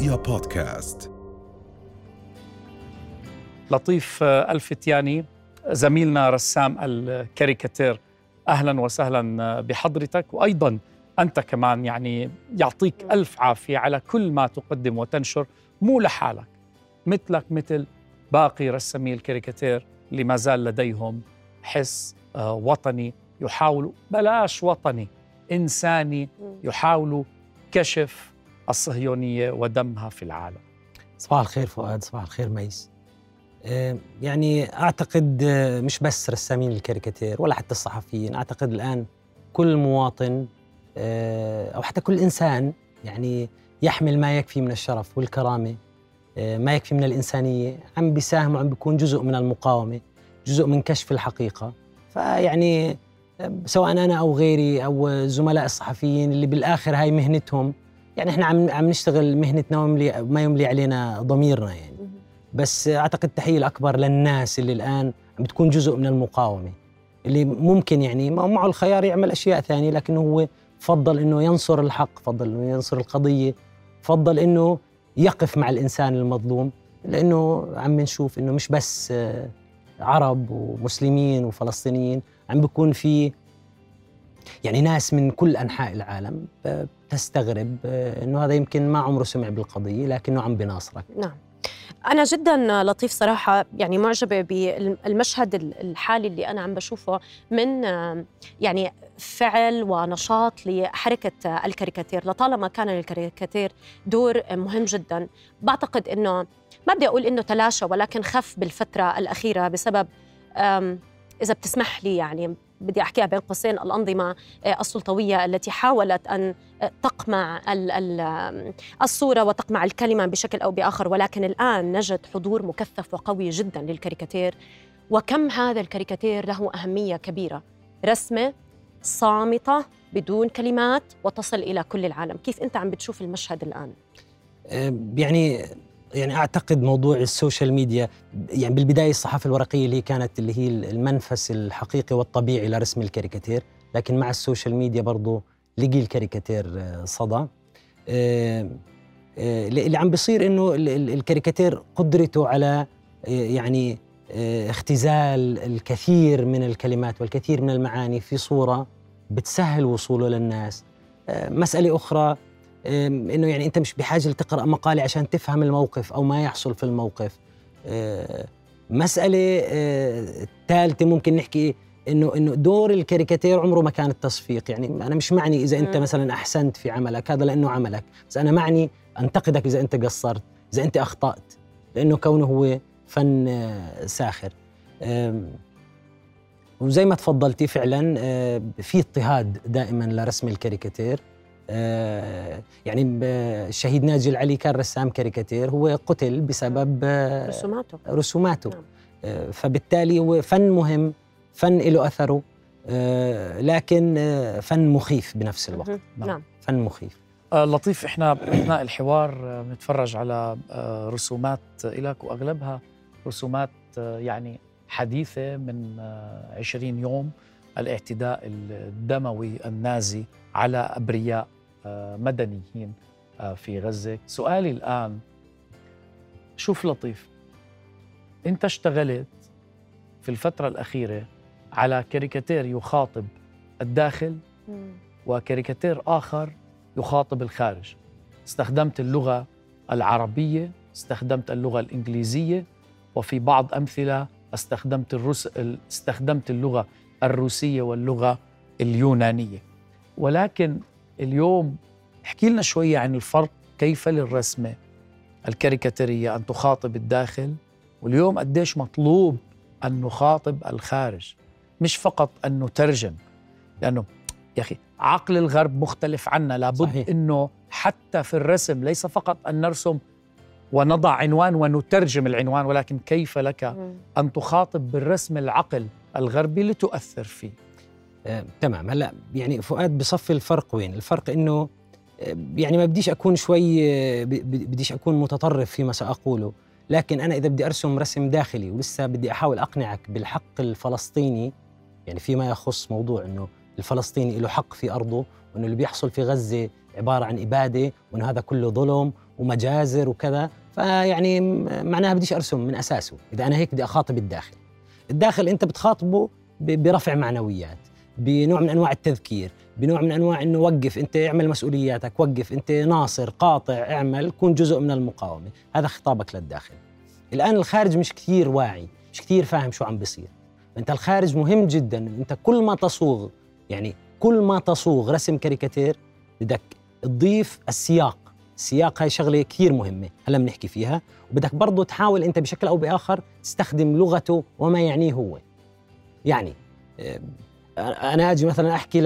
رؤيا بودكاست. لطيف الفتياني زميلنا رسام الكاريكاتير، أهلا وسهلا بحضرتك. وأيضا أنت كمان يعني يعطيك ألف عافية على كل ما تقدم وتنشر، مو لحالك، مثلك مثل باقي رسامي الكاريكاتير اللي ما زال لديهم حس وطني، يحاولوا بلاش وطني إنساني، يحاولوا كشف الصهيونية ودمها في العالم. صباح الخير فؤاد، صباح الخير ميس. يعني أعتقد مش بس رسامين الكاريكاتير ولا حتى الصحفيين، أعتقد الآن كل مواطن أو حتى كل إنسان يعني يحمل ما يكفي من الشرف والكرامة، ما يكفي من الإنسانية، عم بيساهم وعم بيكون جزء من المقاومة، جزء من كشف الحقيقة. فيعني سواء أنا أو غيري أو زملاء الصحفيين اللي بالآخر هاي مهنتهم، يعني إحنا عم نشتغل مهنتنا وما يملي علينا ضميرنا يعني. بس أعتقد التحية الأكبر للناس اللي الآن عم بتكون جزء من المقاومة، اللي ممكن يعني معه الخيار يعمل أشياء ثانية، لكنه هو فضل إنه ينصر الحق، فضل إنه ينصر القضية، فضل إنه يقف مع الإنسان المظلوم. لأنه عم نشوف إنه مش بس عرب ومسلمين وفلسطينيين، عم بيكون في يعني ناس من كل أنحاء العالم تستغرب إنه هذا يمكن ما عمره سمع بالقضية لكنه عم بناصرك. نعم، أنا جداً لطيف صراحة يعني معجبة بالمشهد الحالي اللي أنا عم بشوفه من يعني فعل ونشاط لحركة الكاريكاتير. لطالما كان الكاريكاتير دور مهم جداً، بعتقد إنه ما بدي أقول إنه تلاشى ولكن خف بالفترة الأخيرة بسبب إذا بتسمح لي يعني بدي أحكيها بين قوسين الأنظمة السلطوية التي حاولت أن تقمع الصورة وتقمع الكلمة بشكل أو بآخر. ولكن الآن نجد حضور مكثف وقوي جداً للكاريكاتير، وكم هذا الكاريكاتير له أهمية كبيرة، رسمة صامتة بدون كلمات وتصل إلى كل العالم. كيف أنت عم بتشوف المشهد الآن؟ يعني أعتقد موضوع السوشيال ميديا، يعني بالبداية الصحافة الورقية اللي هي المنفس الحقيقي والطبيعي لرسم الكاريكاتير، لكن مع السوشيال ميديا برضو لقي الكاريكاتير صدى. اللي عم بيصير إنه الكاريكاتير قدرته على يعني اختزال الكثير من الكلمات والكثير من المعاني في صورة بتسهل وصوله للناس. مسألة أخرى إنه يعني أنت مش بحاجة لتقرأ مقالة عشان تفهم الموقف أو ما يحصل في الموقف. مسألة ثالثة ممكن نحكي إنه دور الكاريكاتير عمره ما كان التصفيق. يعني أنا مش معني إذا أنت مثلا أحسنت في عملك، هذا لأنه عملك، بس أنا معني أنتقدك إذا أنت قصرت، إذا أنت أخطأت، لأنه كونه هو فن ساخر. وزي ما تفضلتي فعلا في اضطهاد دائما لرسم الكاريكاتير. يعني الشهيد ناجي العلي كان رسام كاريكاتير، هو قتل بسبب رسوماته. فبالتالي هو فن مهم، فن له أثره، لكن فن مخيف بنفس الوقت. نعم. فن مخيف. لطيف، إحنا أثناء الحوار نتفرج على رسومات إلك، وأغلبها رسومات يعني حديثة من 20 يوم الاعتداء الدموي النازي على أبرياء مدنيين في غزة. سؤالي الآن، شوف لطيف، أنت اشتغلت في الفترة الأخيرة على كاريكاتير يخاطب الداخل وكاريكاتير آخر يخاطب الخارج. استخدمت اللغة العربية، استخدمت اللغة الإنجليزية، وفي بعض أمثلة استخدمت اللغة الروسية واللغة اليونانية. ولكن اليوم احكي لنا شوية عن الفرق، كيف للرسمة الكاريكاتيرية أن تخاطب الداخل، واليوم قديش مطلوب أن نخاطب الخارج، مش فقط أن نترجم. لأنه يا أخي عقل الغرب مختلف عنا، لابد صحيح. أنه حتى في الرسم ليس فقط أن نرسم ونضع عنوان ونترجم العنوان، ولكن كيف لك أن تخاطب بالرسم العقل الغربي لتؤثر فيه. تمام. هلا يعني فؤاد بصفي الفرق وين؟ الفرق إنه يعني ما بديش أكون بديش أكون متطرف فيما سأقوله، لكن أنا إذا بدي أرسم رسم داخلي ولسه بدي أحاول أقنعك بالحق الفلسطيني، يعني فيما يخص موضوع إنه الفلسطيني له حق في أرضه، وإنه اللي بيحصل في غزة عبارة عن إبادة، وإنه هذا كله ظلم، ومجازر وكذا، فيعني معناها بديش ارسم من اساسه. اذا انا هيك بدي اخاطب الداخل انت بتخاطبه برفع معنويات، بنوع من انواع التذكير، بنوع من انواع انه وقف انت، اعمل مسؤولياتك، وقف انت، ناصر، قاطع، اعمل، كون جزء من المقاومه. هذا خطابك للداخل. الان الخارج مش كثير واعي، مش كثير فاهم شو عم بيصير. انت الخارج مهم جدا. انت كل ما تصوغ، يعني كل ما تصوغ رسم كاريكاتير بدك تضيف السياق. السياق هاي شغله كثير مهمه هلا بنحكي فيها، وبدك برضه تحاول انت بشكل او باخر تستخدم لغته وما يعنيه هو. يعني انا اجي مثلا احكي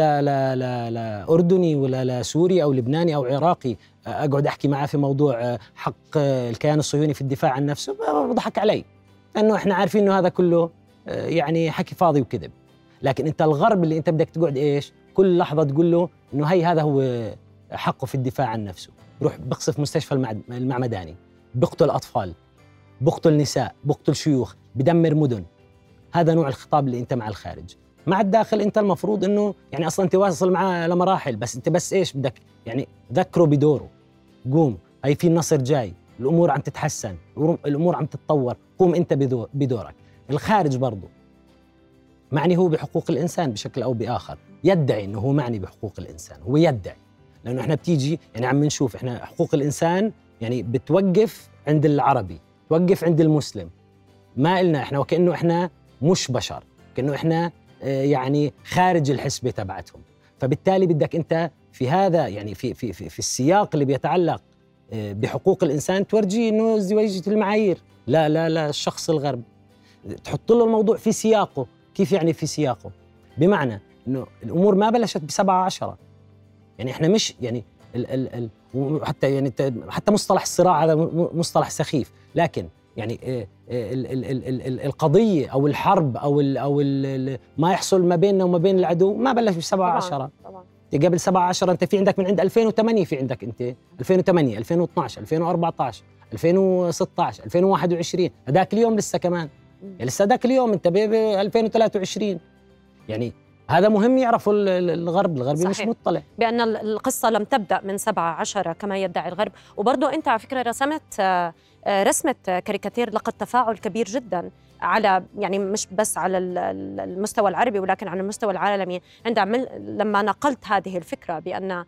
لاردني ولا لسوري او لبناني او عراقي، اقعد احكي معه في موضوع حق الكيان الصهيوني في الدفاع عن نفسه، بضحك علي، لانه احنا عارفين انه هذا كله يعني حكي فاضي وكذب. لكن انت الغرب اللي انت بدك تقعد ايش كل لحظه تقول له انه هذا هو حقه في الدفاع عن نفسه، بروح بقصف مستشفى المعمداني، بقتل اطفال، بقتل نساء، بقتل شيوخ، بدمر مدن. هذا نوع الخطاب اللي انت مع الخارج. مع الداخل انت المفروض انه يعني اصلا انت واصل معاه لمراحل، بس انت بس ايش بدك يعني ذكره بدوره. قوم، هي في النصر جاي، الامور عم تتحسن، الامور عم تتطور، قوم انت بدورك. الخارج برضه معني هو بحقوق الانسان بشكل او باخر، يدعي انه هو معني بحقوق الانسان، هو يدعي، لانه احنا بتيجي يعني عم نشوف احنا حقوق الانسان يعني بتوقف عند العربي، توقف عند المسلم، ما إلنا احنا، وكأنه احنا مش بشر، كأنه احنا يعني خارج الحسبة تبعتهم. فبالتالي بدك انت في هذا يعني في السياق اللي بيتعلق بحقوق الانسان تورجيه انه ازدواجية المعايير. لا لا لا، الشخص الغرب تحط له الموضوع في سياقه. كيف يعني في سياقه؟ بمعنى انه الامور ما بلشت ب17، يعني احنا مش يعني حتى يعني حتى مصطلح الصراع هذا مصطلح سخيف، لكن يعني القضية أو الحرب أو ما يحصل ما بيننا وما بين العدو ما بلش ب17. طبعا. قبل 17 أنت في عندك من عند 2008، في عندك أنت 2008 2012 2014 2016 2021، هذاك اليوم لسه كمان، يعني لسه هذاك اليوم أنت ب 2023. يعني هذا مهم يعرفوا الغربي مش مطلع بأن القصة لم تبدأ من 17 كما يدعي الغرب. وبرضه أنت على فكرة رسمة كاريكاتير لقد تفاعل كبير جدا على يعني مش بس على المستوى العربي ولكن على المستوى العالمي، لما نقلت هذه الفكرة بأن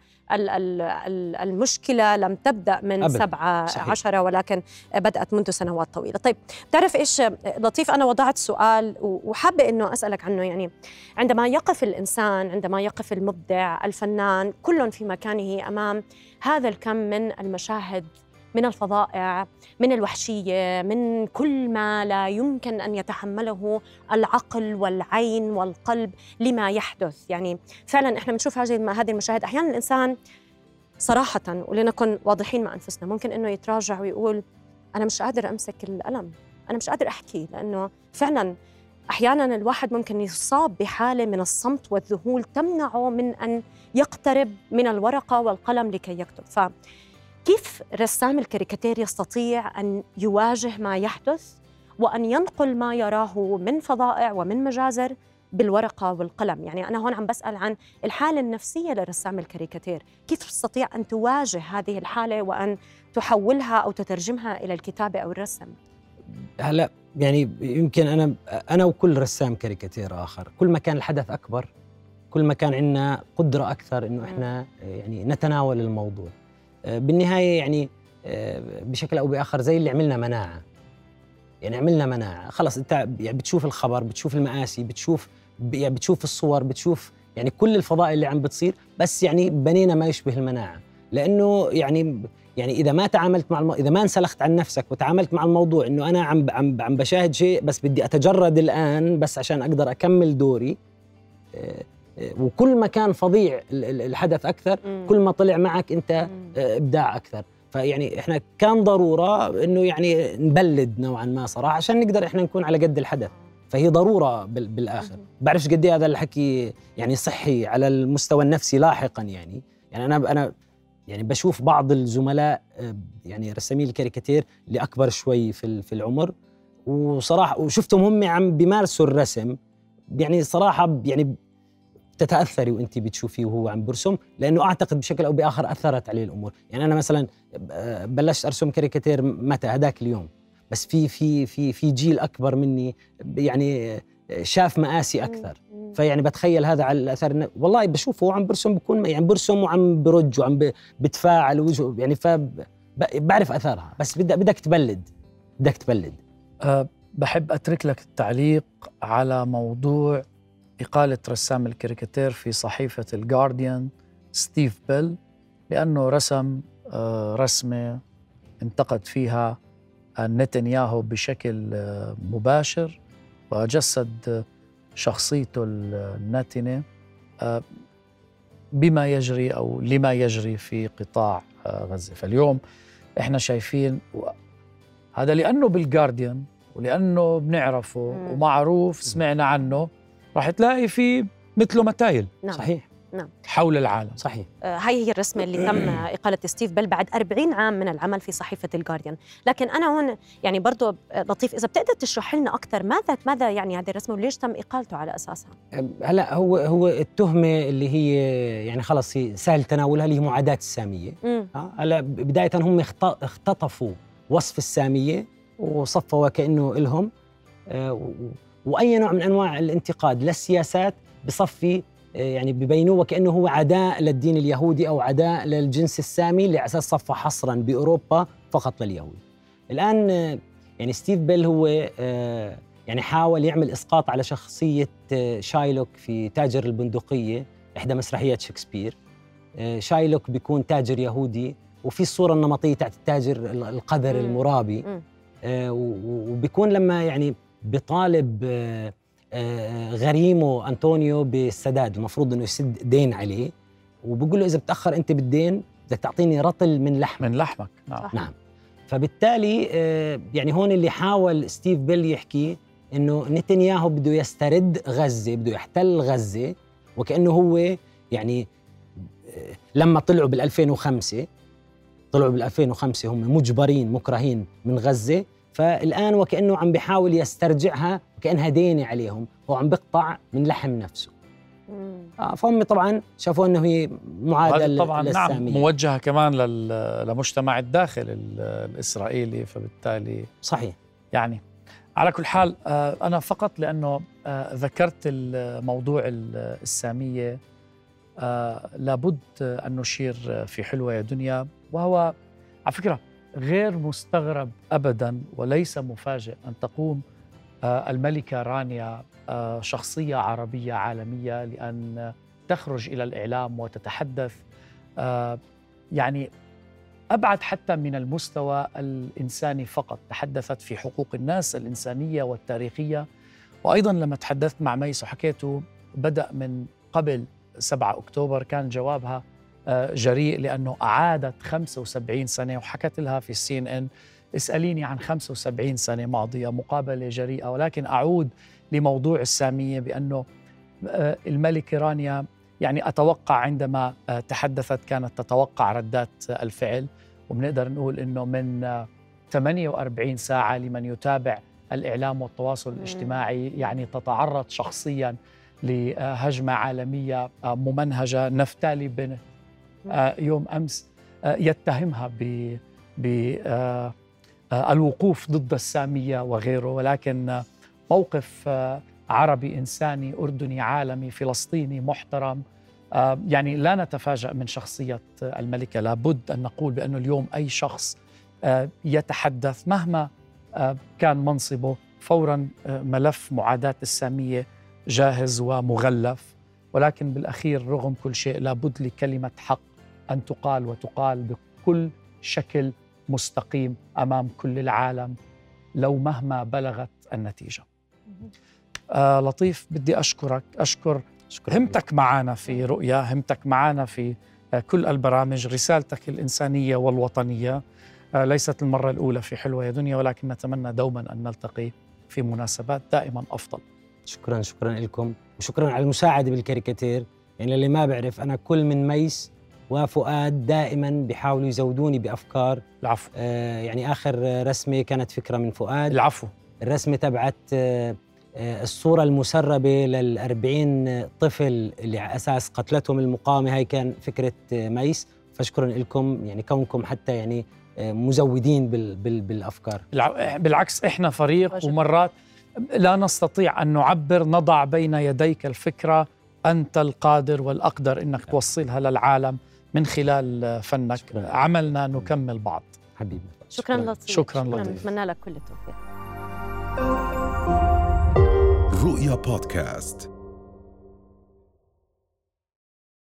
المشكلة لم تبدأ من 17 ولكن بدأت منذ سنوات طويلة. طيب تعرف إيش لطيف، أنا وضعت سؤال وحابة إنه أسألك عنه. يعني عندما يقف الإنسان، عندما يقف المبدع الفنان، كل في مكانه أمام هذا الكم من المشاهد، من الفظائع، من الوحشية، من كل ما لا يمكن أن يتحمله العقل والعين والقلب لما يحدث. يعني فعلا إحنا بنشوف هذه المشاهد. أحيانا الإنسان صراحة ولنكن واضحين مع أنفسنا ممكن أنه يتراجع ويقول أنا مش قادر أمسك القلم، أنا مش قادر أحكي، لأنه فعلا أحيانا الواحد ممكن يصاب بحالة من الصمت والذهول تمنعه من أن يقترب من الورقة والقلم لكي يكتب. كيف رسام الكاريكاتير يستطيع أن يواجه ما يحدث وأن ينقل ما يراه من فظائع ومن مجازر بالورقة والقلم؟ يعني أنا هون عم بسأل عن الحالة النفسية لرسام الكاريكاتير، كيف تستطيع أن تواجه هذه الحالة وأن تحولها أو تترجمها إلى الكتابة أو الرسم؟ هلا يعني يمكن أنا وكل رسام كاريكاتير آخر، كل ما كان الحدث أكبر كل ما كان عندنا قدرة أكثر إنه إحنا يعني نتناول الموضوع. بالنهاية يعني بشكل أو بآخر زي اللي عملنا مناعة، يعني عملنا مناعة خلص. أنت يعني بتشوف الخبر، بتشوف المآسي، بتشوف الصور، بتشوف يعني كل الفضائل اللي عم بتصير، بس يعني بنينا ما يشبه المناعة. لأنه يعني إذا ما تعاملت إذا ما انسلخت عن نفسك وتعاملت مع الموضوع إنه أنا عم بشاهد شيء بس بدي أتجرد الآن بس عشان أقدر أكمل دوري، وكل ما كان فظيع الحدث أكثر كل ما طلع معك أنت إبداع أكثر. فيعني إحنا كان ضرورة إنه يعني نبلد نوعا ما صراحة عشان نقدر إحنا نكون على قد الحدث، فهي ضرورة بالآخر. بعرفش قد إيه هذا الحكي يعني صحي على المستوى النفسي لاحقا. يعني أنا يعني بشوف بعض الزملاء يعني رسامي الكاريكاتير اللي أكبر شوي في العمر، وصراحة وشفتهم هم عم بيمارسوا الرسم، يعني صراحة يعني بتتاثري وانت بتشوفيه وهو عم برسم، لانه اعتقد بشكل او باخر اثرت عليه الامور. يعني انا مثلا بلشت ارسم كاريكاتير متى؟ هداك اليوم، بس في جيل اكبر مني يعني شاف مآسي اكثر، فيعني بتخيل هذا على الاثر. والله بشوفه وعم برسم، بكون يعني برسم وعم برج وعم بتفاعل وجهه، يعني بعرف اثارها. بس بدك تبلد، بدك تبلد. بحب اترك لك التعليق على موضوع إقالة رسام الكاريكاتير في صحيفة الجارديان ستيف بيل، لأنه رسم رسمة انتقد فيها نتنياهو بشكل مباشر، وجسد شخصيته الناتنة بما يجري أو لما يجري في قطاع غزة. فاليوم إحنا شايفين هذا لأنه بالجارديان ولأنه بنعرفه ومعروف، سمعنا عنه، راح تلاقي فيه مثله متايل. نعم. صحيح. نعم. حول العالم. صحيح. هاي هي الرسمة اللي تم إقالة ستيف بيل بعد 40 عام من العمل في صحيفة الجارديان. لكن أنا هون يعني برضو لطيف، إذا بتقدر تشرح لنا أكثر ماذا يعني هذه الرسمة وليش تم إقالته على أساسها؟ هلا هو التهمة اللي هي يعني خلص هي سهل تناولها، اللي هي معاداة السامية. هلا بداية هم اختطفوا وصف السامية وصفوا كأنه إلهم، وأي نوع من أنواع الانتقاد للسياسات بصفي يعني ببينوه وكأنه هو عداء للدين اليهودي أو عداء للجنس السامي، اللي على أساس صفى حصراً بأوروبا فقط لليهود. الآن يعني ستيف بيل هو يعني حاول يعمل إسقاط على شخصية شايلوك في تاجر البندقية، إحدى مسرحيات شكسبير. شايلوك بيكون تاجر يهودي، وفي الصورة النمطية تاعت التاجر القذر المرابي، وبيكون لما يعني بيطالب غريمه أنطونيو بالسداد، المفروض أنه يسد دين عليه، وبقول له إذا بتأخر أنت بالدين بدك تعطيني رطل من لحمك. نعم. فبالتالي يعني هون اللي حاول ستيف بيل يحكي إنه نتنياهو بده يسترد غزة، بده يحتل غزة، وكأنه هو يعني لما طلعوا بال2005 هم مجبرين مكرهين من غزة، فالآن وكأنه عم بيحاول يسترجعها وكأنها دينة عليهم، هو عم بيقطع من لحم نفسه. فهم طبعا شافوا أنه هي معادلة طبعا للسامية. نعم، موجهة كمان لمجتمع الداخل الإسرائيلي، فبالتالي صحيح. يعني على كل حال أنا فقط لأنه ذكرت الموضوع السامية لابد أن نشير في حلوة يا دنيا، وهو على فكرة غير مستغرب أبداً وليس مفاجئ أن تقوم الملكة رانيا شخصية عربية عالمية لأن تخرج إلى الإعلام وتتحدث يعني أبعد حتى من المستوى الإنساني فقط، تحدثت في حقوق الناس الإنسانية والتاريخية. وأيضاً لما تحدثت مع ميس وحكيته بدأ من قبل 7 أكتوبر، كان جوابها جريء لأنه أعادت 75 سنة، وحكت لها في CNN اسأليني عن 75 سنة ماضية، مقابلة جريئة. ولكن أعود لموضوع السامية بأنه الملكة رانيا يعني أتوقع عندما تحدثت كانت تتوقع ردات الفعل، وبنقدر نقول أنه من 48 ساعة لمن يتابع الإعلام والتواصل الاجتماعي يعني تتعرض شخصياً لهجمة عالمية ممنهجة. نفتالي بنت يوم أمس يتهمها بالوقوف ضد السامية وغيره، ولكن موقف عربي إنساني أردني عالمي فلسطيني محترم. يعني لا نتفاجأ من شخصية الملكة. لابد أن نقول بأنه اليوم أي شخص يتحدث مهما كان منصبه فوراً ملف معاداة السامية جاهز ومغلف، ولكن بالأخير رغم كل شيء لابد لكلمة حق أن تقال، وتقال بكل شكل مستقيم أمام كل العالم لو مهما بلغت النتيجة. لطيف، بدي أشكر همتك معنا في رؤيا، همتك معنا في كل البرامج، رسالتك الإنسانية والوطنية ليست المرة الأولى في حلوة يا دنيا، ولكن نتمنى دوما أن نلتقي في مناسبات دائما أفضل. شكرا لكم، وشكرا على المساعدة بالكاريكاتير. يعني اللي ما بعرف، أنا كل من ميس وفؤاد دائما بيحاولوا يزودوني بأفكار. العفو. يعني آخر رسمة كانت فكرة من فؤاد. العفو. الرسمة تبعت الصورة المسربة لل40 طفل اللي على أساس قتلتهم المقاومة، هاي كان فكرة ميس. فشكرا لكم يعني كونكم حتى يعني مزودين بالأفكار. بالعكس إحنا فريق، ومرات لا نستطيع أن نعبر، نضع بين يديك الفكرة، أنت القادر والأقدر إنك توصلها للعالم من خلال فنك. عملنا نكمل بعض. حبيبي شكرا لطيف. شكرا لطيف. نتمنى لك كل التوفيق. رؤيا بودكاست.